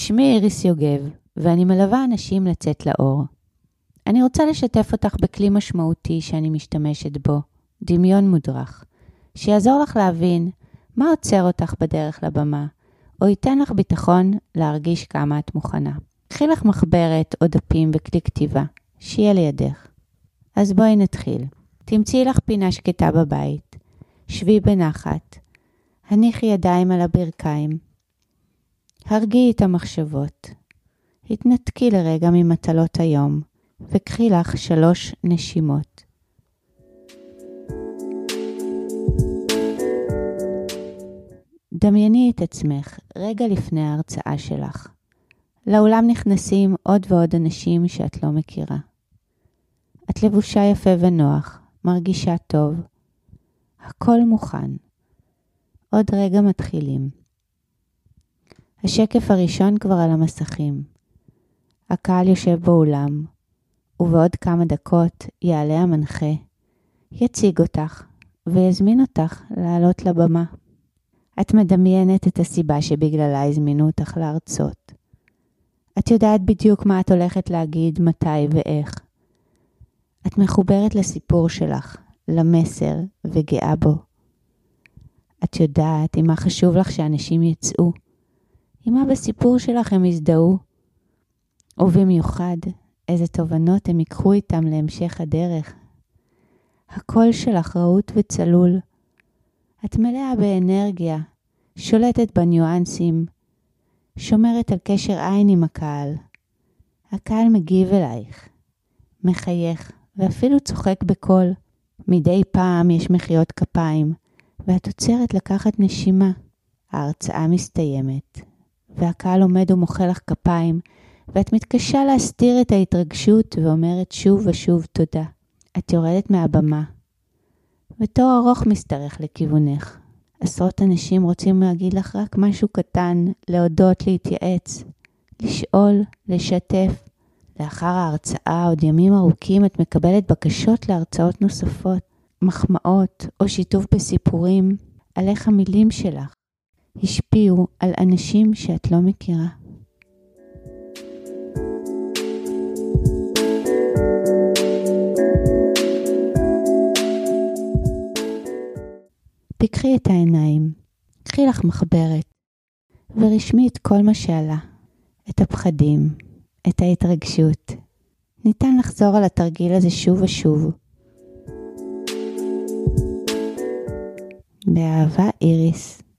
שמי איריס יוגב, ואני מלווה אנשים לצאת לאור. אני רוצה לשתף אותך בכלי משמעותי שאני משתמשת בו, דמיון מודרך, שיעזור לך להבין מה עוצר אותך בדרך לבמה, או ייתן לך ביטחון להרגיש כמה את מוכנה. קחי לך מחברת או דפים וכלי כתיבה, שיהיה לידך. אז בואי נתחיל. תמצאי לך פינה שקטה בבית, שבי בנחת, הניחי ידיים על הברכיים, הרגיעי את המחשבות, התנתקי לרגע ממטלות היום, וקחי לך 3 נשימות. דמייני את עצמך רגע לפני ההרצאה שלך. לאולם נכנסים עוד ועוד אנשים שאת לא מכירה. את לבושה יפה ונוח, מרגישה טוב. הכל מוכן. עוד רגע מתחילים. השקף הראשון כבר על המסכים. הקהל יושב באולם, ובעוד כמה דקות יעלה המנחה, יציג אותך ויזמין אותך לעלות לבמה. את מדמיינת את הסיבה שבגללה הזמינו אותך להרצות. את יודעת בדיוק מה את הולכת להגיד, מתי ואיך. את מחוברת לסיפור שלך, למסר וגאה בו. את יודעת עם מה חשוב לך שאנשים יצאו, עם מה בסיפור שלך הם יזדהו, ובמיוחד איזה תובנות הם ייקחו איתם להמשך הדרך. הקול שלך רהוט וצלול. את מלאה באנרגיה, שולטת בניואנסים, שומרת על קשר עין עם הקהל. הקהל מגיב אלייך, מחייך ואפילו צוחק בקול. מדי פעם יש מחיאות כפיים, ואת עוצרת לקחת נשימה. ההרצאה מסתיימת, והקהל עומד ומוחא לך כפיים, ואת מתקשה להסתיר את ההתרגשות ואומרת שוב ושוב תודה. את יורדת מהבמה, ותור ארוך משתרך לכיוונך. עשרות אנשים רוצים להגיד לך רק משהו קטן, להודות, להתייעץ, לשאול, לשתף. לאחר ההרצאה עוד ימים ארוכים את מקבלת בקשות להרצאות נוספות, מחמאות או שיתוף בסיפורים על איך המילים שלך השפיעו על אנשים שאת לא מכירה. פיקחי את העיניים, קחי לך מחברת, ורשמי את כל מה שעלה, את הפחדים, את ההתרגשות. ניתן לחזור על התרגיל הזה שוב ושוב. באהבה, איריס.